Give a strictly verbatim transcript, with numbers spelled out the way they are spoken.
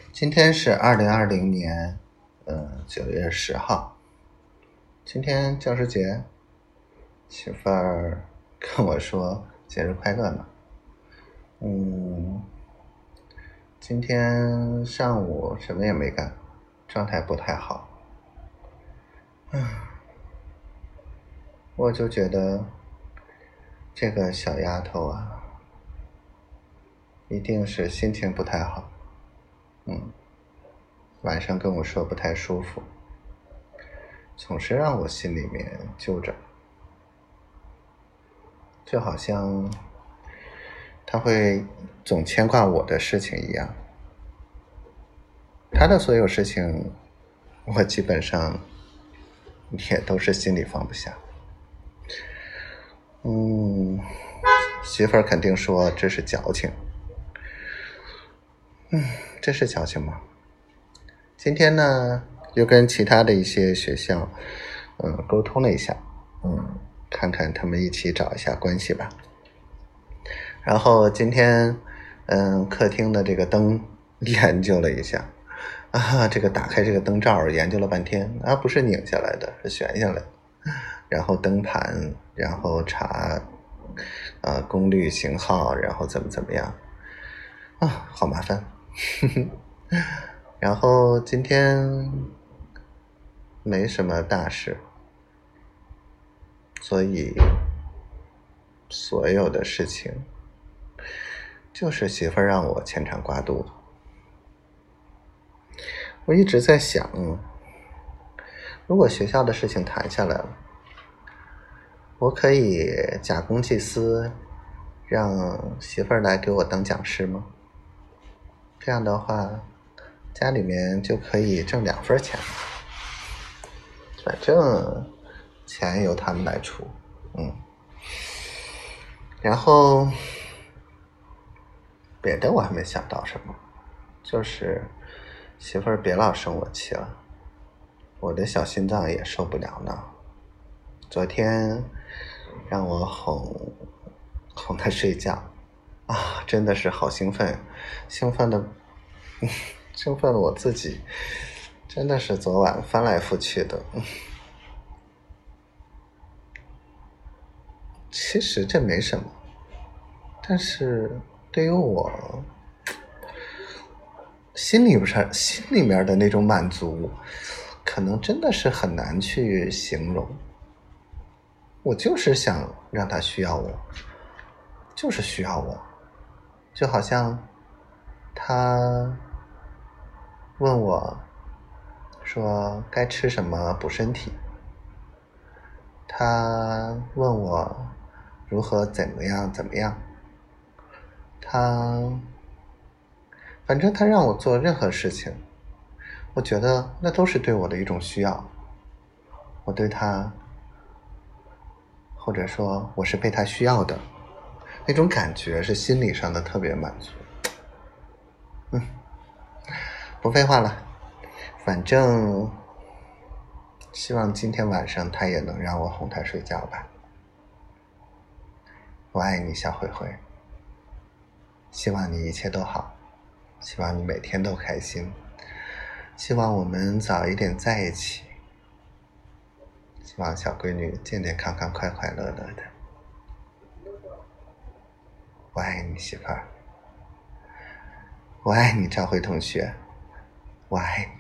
今天是二零二零年，呃，九月十号。今天教师节，媳妇儿跟我说节日快乐呢。嗯，今天上午什么也没干，状态不太好。唉，我就觉得这个小丫头啊，一定是心情不太好。嗯，晚上跟我说不太舒服，总是让我心里面揪着，就好像他会总牵挂我的事情一样。他的所有事情我基本上也都是心里放不下。嗯，媳妇儿肯定说这是矫情。嗯，这是矫情吗？今天呢又跟其他的一些学校嗯沟通了一下，嗯，看看他们一起找一下关系吧。然后今天嗯客厅的这个灯研究了一下啊，这个打开这个灯罩研究了半天啊，不是拧下来的，是悬下来的。然后灯盘，然后查呃功率型号，然后怎么怎么样啊，好麻烦。然后今天没什么大事，所以所有的事情就是媳妇儿让我牵肠挂肚。我一直在想，如果学校的事情谈下来了，我可以假公济私，让媳妇儿来给我当讲师吗？这样的话，家里面就可以挣两份钱，反正钱由他们来出。嗯，然后别的我还没想到什么，就是媳妇儿别老生我气了，我的小心脏也受不了呢。昨天让我哄哄她睡觉啊，真的是好兴奋，兴奋的兴奋了我自己，真的是昨晚翻来覆去的。其实这没什么，但是对于我心里边心里面的那种满足，可能真的是很难去形容。我就是想让他需要我，就是需要我，就好像他问我说该吃什么补身体，他问我如何怎么样怎么样，他反正他让我做任何事情，我觉得那都是对我的一种需要。我对他，或者说我是被他需要的，那种感觉是心理上的特别满足。嗯，不废话了，反正希望今天晚上他也能让我哄他睡觉吧。我爱你，小灰灰，希望你一切都好，希望你每天都开心，希望我们早一点在一起，希望小闺女健健康康快快乐乐的。我爱你，媳妇儿，我爱你，赵辉同学，我爱你。